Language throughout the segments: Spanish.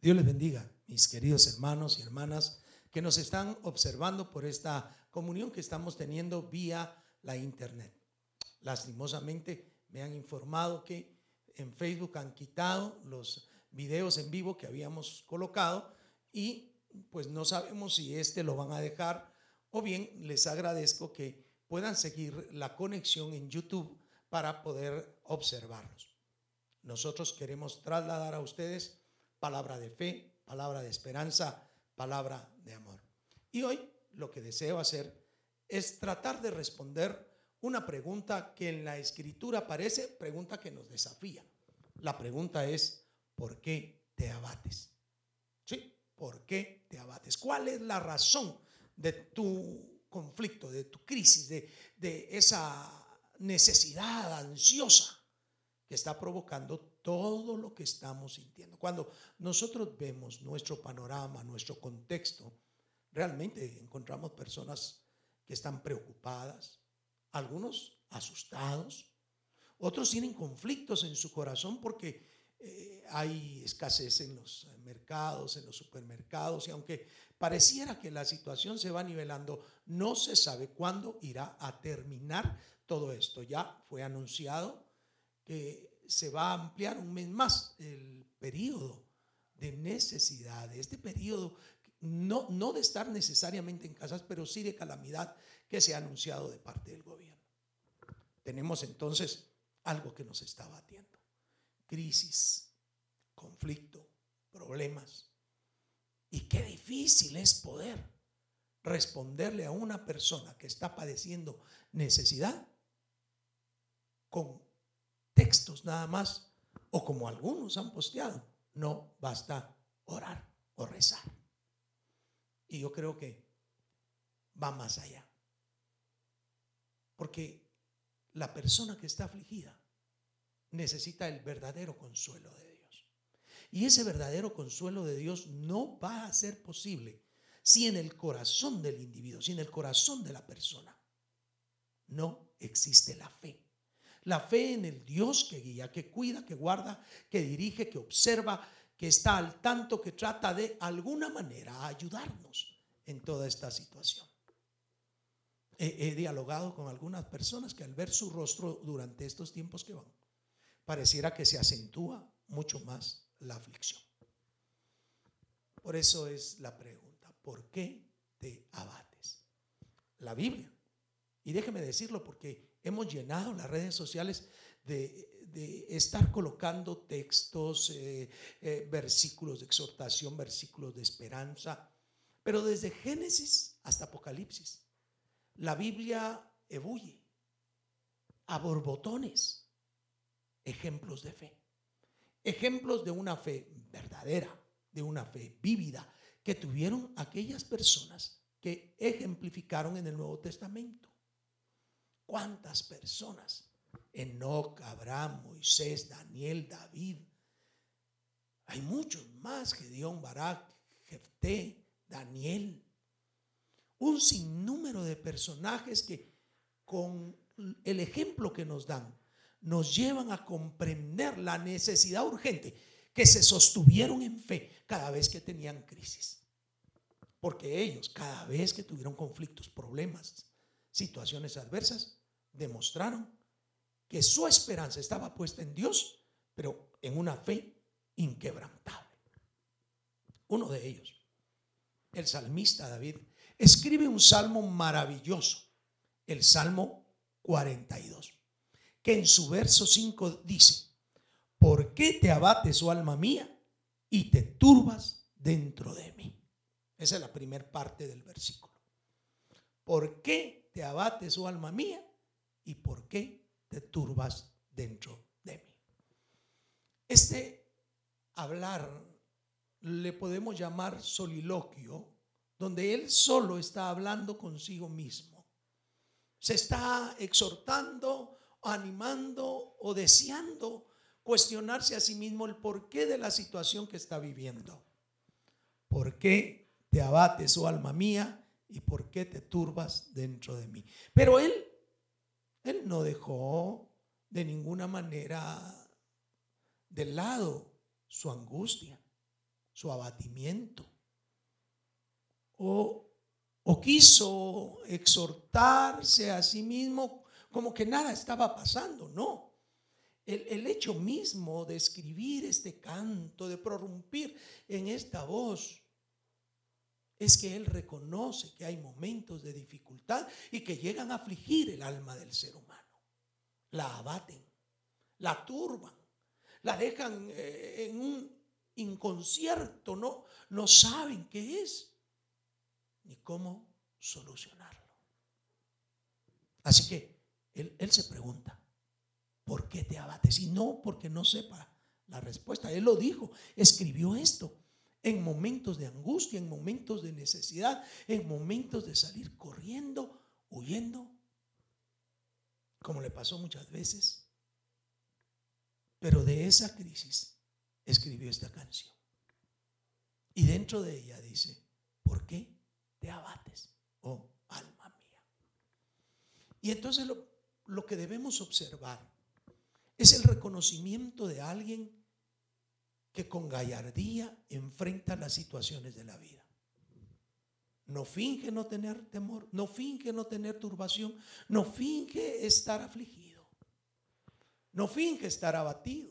Dios les bendiga, mis queridos hermanos y hermanas que nos están observando por esta comunión que estamos teniendo vía la internet. Lastimosamente me han informado que en Facebook han quitado los videos en vivo que habíamos colocado y pues no sabemos si lo van a dejar, o bien les agradezco que puedan seguir la conexión en YouTube para poder observarlos. Nosotros queremos trasladar a ustedes palabra de fe, palabra de esperanza, palabra de amor. Y hoy lo que deseo hacer es tratar de responder una pregunta que en la escritura parece pregunta que nos desafía. La pregunta es: ¿por qué te abates? ¿Sí? ¿Por qué te abates? ¿Cuál es la razón de tu conflicto, de tu crisis, de esa necesidad ansiosa que está provocando todo lo que estamos sintiendo? Cuando nosotros vemos nuestro panorama, nuestro contexto, realmente encontramos personas que están preocupadas, algunos asustados, otros tienen conflictos en su corazón porque hay escasez en los mercados, en los supermercados, y aunque pareciera que la situación se va nivelando, no se sabe cuándo irá a terminar todo esto. Ya fue anunciado que se va a ampliar un mes más el periodo de necesidad, este periodo no de estar necesariamente en casas, pero sí de calamidad que se ha anunciado de parte del gobierno. Tenemos entonces algo que nos está batiendo: crisis, conflicto, problemas. Y qué difícil es poder responderle a una persona que está padeciendo necesidad con textos nada más, o como algunos han posteado: no basta orar o rezar. Y yo creo que va más allá, porque la persona que está afligida necesita el verdadero consuelo de Dios, y ese verdadero consuelo de Dios no va a ser posible si en el corazón del individuo, si en el corazón de la persona no existe la fe. La fe en el Dios que guía, que cuida, que guarda, que dirige, que observa, que está al tanto, que trata de alguna manera ayudarnos en toda esta situación. He dialogado con algunas personas que al ver su rostro durante estos tiempos que van, pareciera que se acentúa mucho más la aflicción. Por eso es la pregunta: ¿por qué te abates? La Biblia, y déjeme decirlo porque hemos llenado las redes sociales de estar colocando textos, versículos de exhortación, versículos de esperanza, pero desde Génesis hasta Apocalipsis, la Biblia ebulle a borbotones ejemplos de fe, ejemplos de una fe verdadera, de una fe vívida que tuvieron aquellas personas que ejemplificaron en el Nuevo Testamento. ¿Cuántas personas? Enoc, Abraham, Moisés, Daniel, David. Hay muchos más: Gedeón, Barak, Jefté, Daniel. Un sinnúmero de personajes que con el ejemplo que nos dan nos llevan a comprender la necesidad urgente, que se sostuvieron en fe cada vez que tenían crisis. Porque ellos, cada vez que tuvieron conflictos, problemas, situaciones adversas, demostraron que su esperanza estaba puesta en Dios, pero en una fe inquebrantable. Uno de ellos, el salmista David, escribe un salmo maravilloso, el Salmo 42, que en su verso 5 dice: ¿por qué te abates, oh alma mía, y te turbas dentro de mí? Esa es la primera parte del versículo. ¿Por qué te abates, oh alma mía, y por qué te turbas dentro de mí? Este hablar le podemos llamar soliloquio, donde él solo está hablando consigo mismo. Se está exhortando, animando o deseando cuestionarse a sí mismo el porqué de la situación que está viviendo. ¿Por qué te abates, oh alma mía, y por qué te turbas dentro de mí? Pero él no dejó de ninguna manera de lado su angustia, su abatimiento, o quiso exhortarse a sí mismo como que nada estaba pasando. No, el hecho mismo de escribir este canto, de prorrumpir en esta voz, es que él reconoce que hay momentos de dificultad y que llegan a afligir el alma del ser humano. La abaten, la turban, la dejan en un inconscierto, no saben qué es ni cómo solucionarlo. Así que él se pregunta, ¿por qué te abates? Y no porque no sepa la respuesta. Él lo dijo, escribió esto en momentos de angustia, en momentos de necesidad, en momentos de salir corriendo, huyendo, como le pasó muchas veces. Pero de esa crisis escribió esta canción. Y dentro de ella dice, ¿por qué te abates, oh alma mía? Y entonces lo que debemos observar es el reconocimiento de alguien que con gallardía enfrenta las situaciones de la vida. No finge no tener temor, no finge no tener turbación, no finge estar afligido, no finge estar abatido.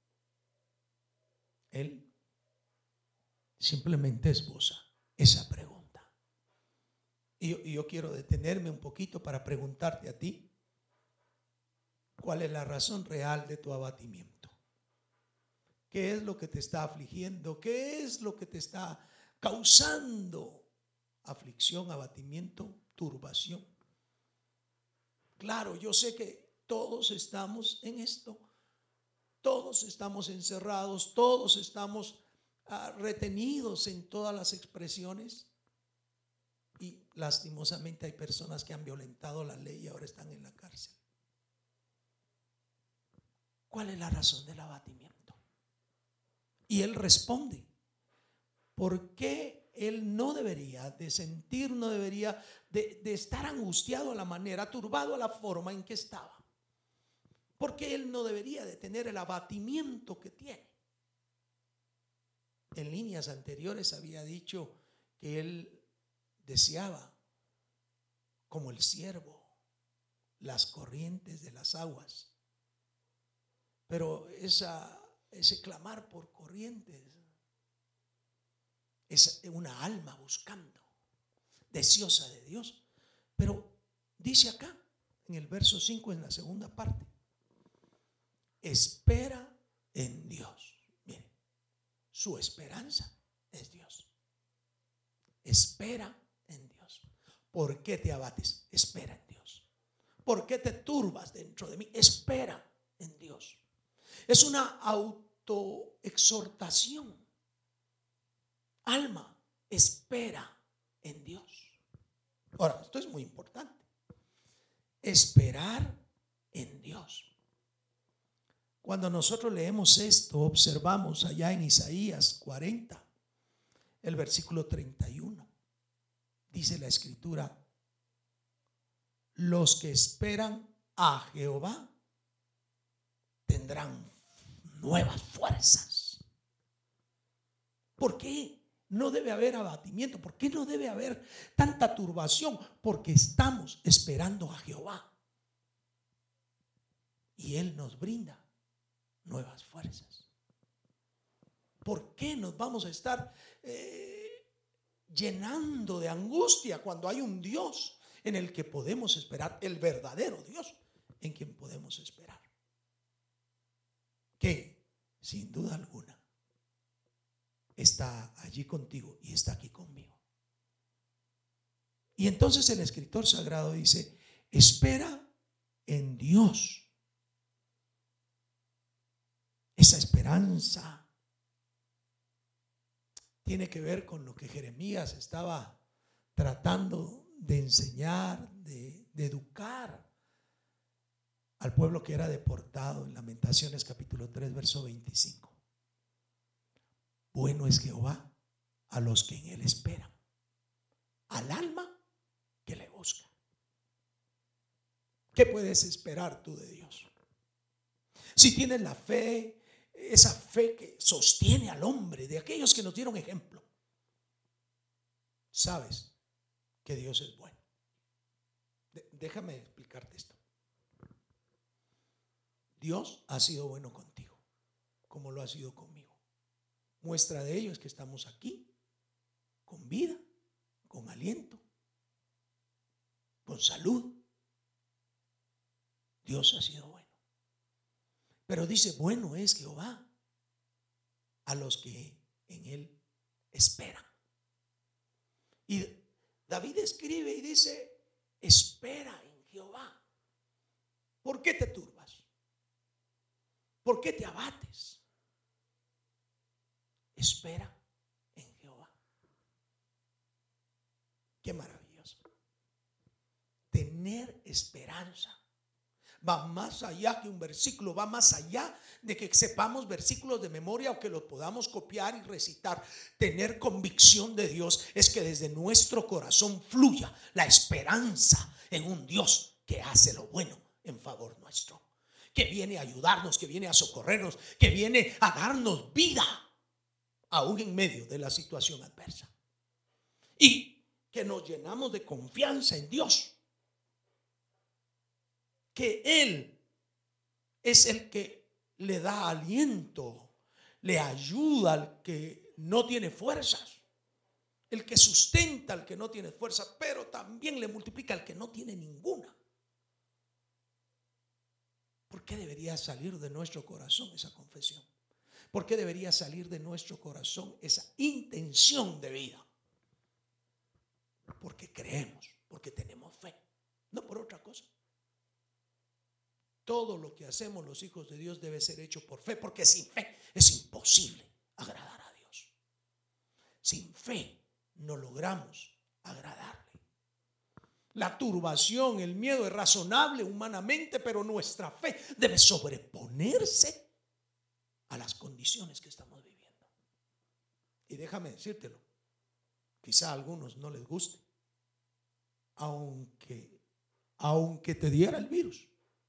Él simplemente esboza esa pregunta. Y yo quiero detenerme un poquito para preguntarte a ti, ¿cuál es la razón real de tu abatimiento? ¿Qué es lo que te está afligiendo? ¿Qué es lo que te está causando aflicción, abatimiento, turbación? Claro, yo sé que todos estamos en esto. Todos estamos encerrados, todos estamos retenidos en todas las expresiones. Y lastimosamente hay personas que han violentado la ley y ahora están en la cárcel. ¿Cuál es la razón del abatimiento? Y él responde, ¿por qué él no debería de sentir, no debería de estar angustiado a la manera, turbado a la forma en que estaba? ¿Por qué él no debería de tener el abatimiento que tiene? En líneas anteriores había dicho que él deseaba, como el ciervo, las corrientes de las aguas. Pero ese clamar por corrientes es una alma buscando, deseosa de Dios. Pero dice acá, en el verso 5, en la segunda parte, espera en Dios. Mire, su esperanza es Dios. Espera en Dios. ¿Por qué te abates? Espera en Dios. ¿Por qué te turbas dentro de mí? Espera en Dios. Es una autoexhortación. Alma, espera en Dios. Ahora, esto es muy importante. Esperar en Dios. Cuando nosotros leemos esto, observamos allá en Isaías 40, el versículo 31. Dice la escritura, los que esperan a Jehová tendrán nuevas fuerzas. ¿Por qué no debe haber abatimiento? ¿Por qué no debe haber tanta turbación? Porque estamos esperando a Jehová y Él nos brinda nuevas fuerzas. ¿Por qué nos vamos a estar llenando de angustia cuando hay un Dios en el que podemos esperar, el verdadero Dios en quien podemos esperar? Que sin duda alguna está allí contigo y está aquí conmigo. Y entonces el escritor sagrado dice, espera en Dios. Esa esperanza tiene que ver con lo que Jeremías estaba tratando de enseñar, de educar al pueblo que era deportado en Lamentaciones capítulo 3, verso 25. Bueno es Jehová a los que en Él esperan, al alma que le busca. ¿Qué puedes esperar tú de Dios? Si tienes la fe esa fe que sostiene al hombre, de aquellos que nos dieron ejemplo, sabes que Dios es bueno. Déjame explicarte esto. Dios ha sido bueno contigo, como lo ha sido conmigo. Muestra de ello es que estamos aquí, con vida, con aliento, con salud. Dios ha sido bueno. Pero dice, bueno es Jehová a los que en Él esperan. Y David escribe y dice, espera en Jehová. ¿Por qué te turbas? ¿Por qué te abates? Espera en Jehová. Qué maravilloso. Tener esperanza va más allá que un versículo, va más allá de que sepamos versículos de memoria o que los podamos copiar y recitar. Tener convicción de Dios es que desde nuestro corazón fluya la esperanza en un Dios que hace lo bueno en favor nuestro, que viene a ayudarnos, que viene a socorrernos, que viene a darnos vida aún en medio de la situación adversa, y que nos llenamos de confianza en Dios, que Él es el que le da aliento, le ayuda al que no tiene fuerzas, el que sustenta al que no tiene fuerza, pero también le multiplica al que no tiene ninguna. ¿Por qué debería salir de nuestro corazón esa confesión? ¿Por qué debería salir de nuestro corazón esa intención de vida? Porque creemos, porque tenemos fe, no por otra cosa. Todo lo que hacemos los hijos de Dios debe ser hecho por fe, porque sin fe es imposible agradar a Dios. Sin fe no logramos agradarle. La turbación, el miedo es razonable humanamente, pero nuestra fe debe sobreponerse a las condiciones que estamos viviendo. Y déjame decírtelo, quizá a algunos no les guste, aunque te diera el virus,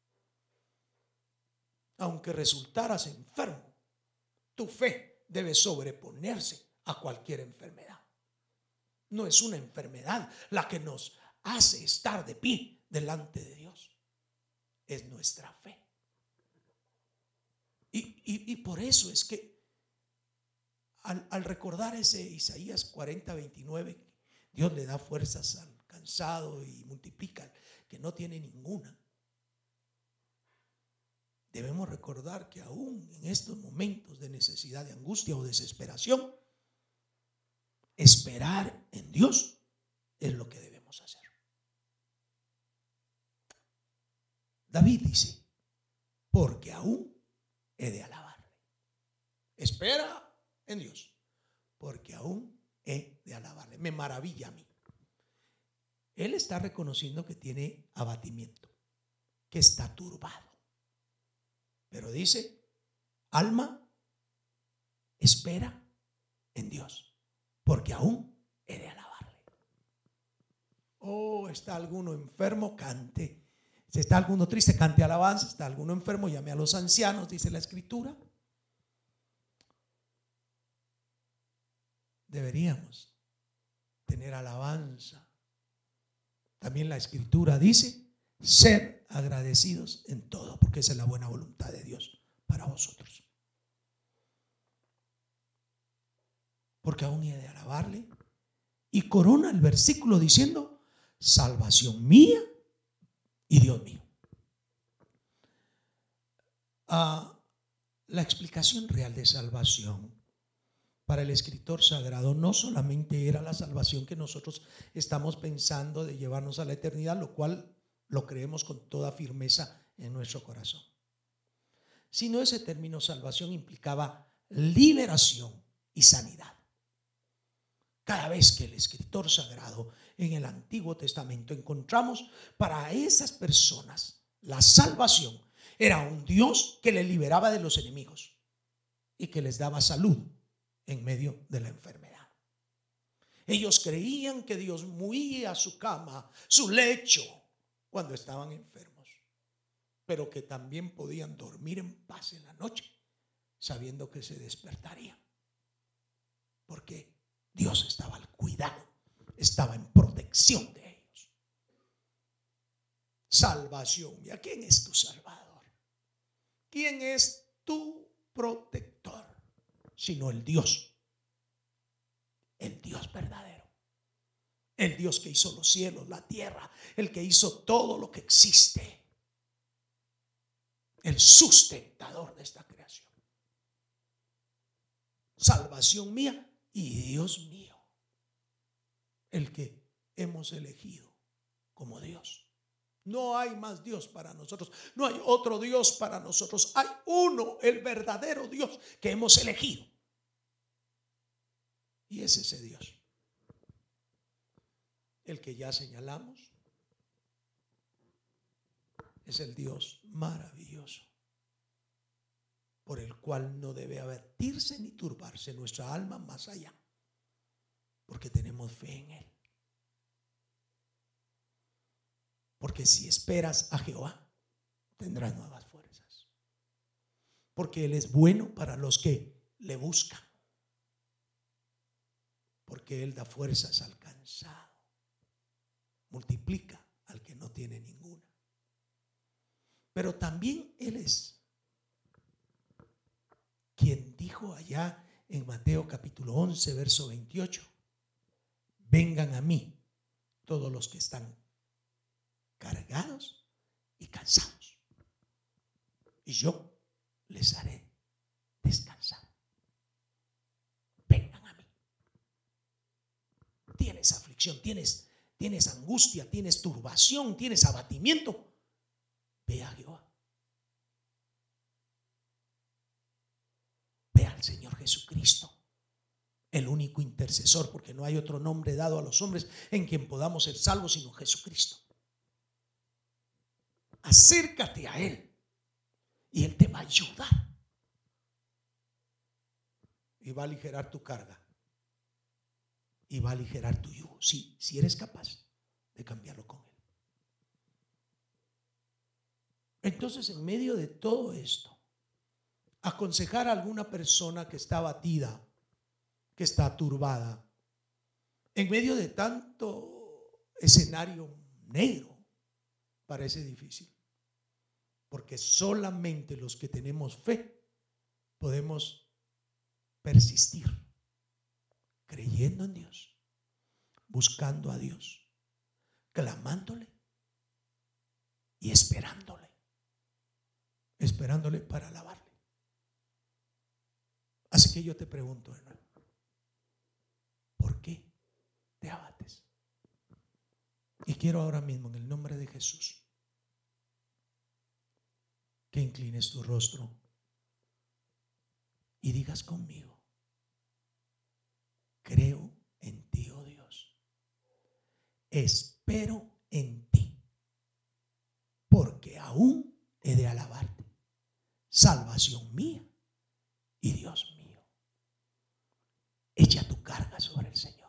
aunque resultaras enfermo, tu fe debe sobreponerse a cualquier enfermedad. No es una enfermedad la que nos hace estar de pie delante de Dios, es nuestra fe. Y por eso es que al recordar ese Isaías 40:29, Dios le da fuerzas al cansado y multiplica al que no tiene ninguna. Debemos recordar que aún en estos momentos de necesidad, de angustia o desesperación, esperar en Dios es lo que debemos hacer. David dice, porque aún he de alabarle. Espera en Dios, porque aún he de alabarle. Me maravilla a mí. Él está reconociendo que tiene abatimiento, que está turbado. Pero dice, alma, espera en Dios, porque aún he de alabarle. Oh, está alguno enfermo, cante. Si está alguno triste, cante alabanza. Está alguno enfermo, llame a los ancianos, dice la Escritura. Deberíamos tener alabanza. También la Escritura dice, ser agradecidos en todo, porque esa es la buena voluntad de Dios para vosotros. Porque aún he de alabarle. Y corona el versículo diciendo, salvación mía y Dios mío. La explicación real de salvación para el escritor sagrado no solamente era la salvación que nosotros estamos pensando de llevarnos a la eternidad, lo cual lo creemos con toda firmeza en nuestro corazón, sino ese término salvación implicaba liberación y sanidad. Cada vez que el escritor sagrado en el Antiguo Testamento encontramos para esas personas la salvación, era un Dios que les liberaba de los enemigos y que les daba salud en medio de la enfermedad. Ellos creían que Dios movía su cama, su lecho, cuando estaban enfermos, pero que también podían dormir en paz en la noche sabiendo que se despertaría, porque Dios estaba al cuidado, estaba en protección de ellos. Salvación. ¿Y a quién es tu Salvador? ¿Quién es tu protector? Sino el Dios verdadero. El Dios que hizo los cielos, la tierra, el que hizo todo lo que existe. El sustentador de esta creación. Salvación mía y Dios mío. El que hemos elegido como Dios. No hay más Dios para nosotros. No hay otro Dios para nosotros. Hay uno, el verdadero Dios que hemos elegido. Y es ese Dios. El que ya señalamos. Es el Dios maravilloso, por el cual no debe abatirse ni turbarse nuestra alma más allá, porque tenemos fe en Él. Porque si esperas a Jehová, tendrás nuevas fuerzas. Porque Él es bueno para los que le buscan. Porque Él da fuerzas al cansado, multiplica al que no tiene ninguna. Pero también Él es quien dijo allá en Mateo capítulo 11, verso 28, vengan a mí todos los que están cargados y cansados, y yo les haré descansar. Vengan a mí. Tienes aflicción, tienes angustia, tienes turbación, tienes abatimiento. Ve a Jehová. Ve al Señor Jesucristo, el único intercesor, porque no hay otro nombre dado a los hombres en quien podamos ser salvos sino Jesucristo. Acércate a Él y Él te va a ayudar y va a aligerar tu carga y va a aligerar tu yugo, si eres capaz de cambiarlo con Él. Entonces, en medio de todo esto, aconsejar a alguna persona que está abatida, que está turbada, en medio de tanto escenario negro, parece difícil. Porque solamente los que tenemos fe podemos persistir, creyendo en Dios, buscando a Dios, clamándole y esperándole para alabarle. Así que yo te pregunto, hermano, ¿por qué te abates? Y quiero ahora mismo, en el nombre de Jesús, que inclines tu rostro y digas conmigo: creo en ti, oh Dios, espero en ti, porque aún he de alabarte, salvación mía y Dios mío. Echa tu carga sobre el Señor.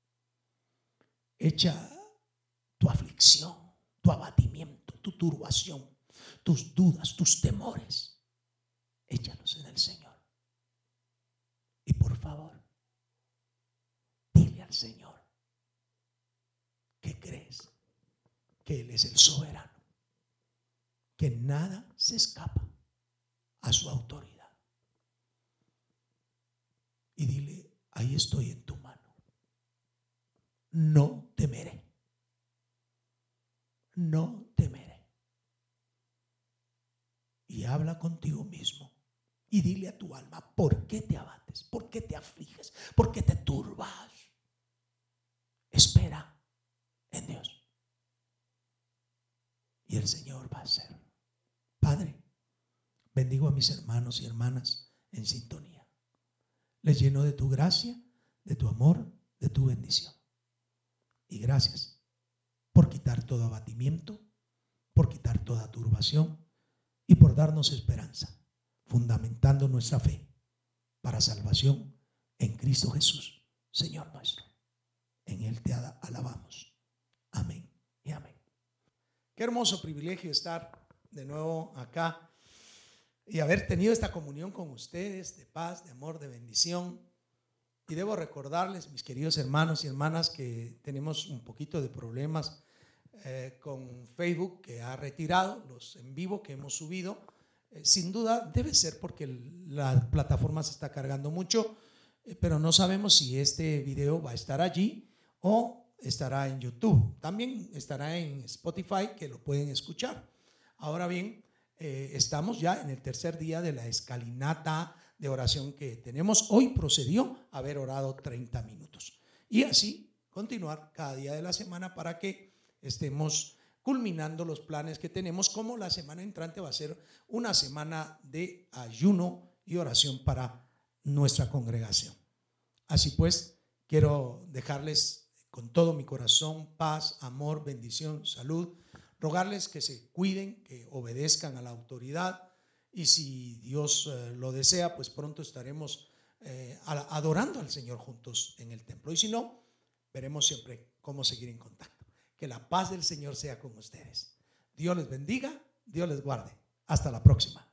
Echa tu aflicción, tu abatimiento, tu turbación, tus dudas, tus temores. Échalos en el Señor. Y por favor, dile al Señor que crees que Él es el soberano, que nada se escapa a su autoridad. Y dile: ahí estoy en tu mano. No temeré. No temeré. Y habla contigo mismo. Y dile a tu alma: ¿por qué te abates? ¿Por qué te afliges? ¿Por qué te turbas? Espera en Dios. Y el Señor va a hacer. Padre, bendigo a mis hermanos y hermanas en sintonía. Les lleno de tu gracia, de tu amor, de tu bendición. Y gracias por quitar todo abatimiento, por quitar toda turbación y por darnos esperanza, fundamentando nuestra fe para salvación en Cristo Jesús, Señor nuestro. En Él te alabamos. Amén y amén. Qué hermoso privilegio estar de nuevo acá y haber tenido esta comunión con ustedes de paz, de amor, de bendición. Y debo recordarles, mis queridos hermanos y hermanas, que tenemos un poquito de problemas con Facebook, que ha retirado los en vivo que hemos subido. Sin duda debe ser porque la plataforma se está cargando mucho, pero no sabemos si este video va a estar allí o estará en YouTube. También estará en Spotify, que lo pueden escuchar. Ahora bien, estamos ya en el tercer día de la escalinata de oración que tenemos. Hoy procedió a haber orado 30 minutos. Y así continuar cada día de la semana para que estemos culminando los planes que tenemos, como la semana entrante va a ser una semana de ayuno y oración para nuestra congregación. Así pues, quiero dejarles con todo mi corazón paz, amor, bendición, salud, rogarles que se cuiden, que obedezcan a la autoridad, y si Dios lo desea, pues pronto estaremos adorando al Señor juntos en el templo, y si no, veremos siempre cómo seguir en contacto. Que la paz del Señor sea con ustedes. Dios les bendiga, Dios les guarde. Hasta la próxima.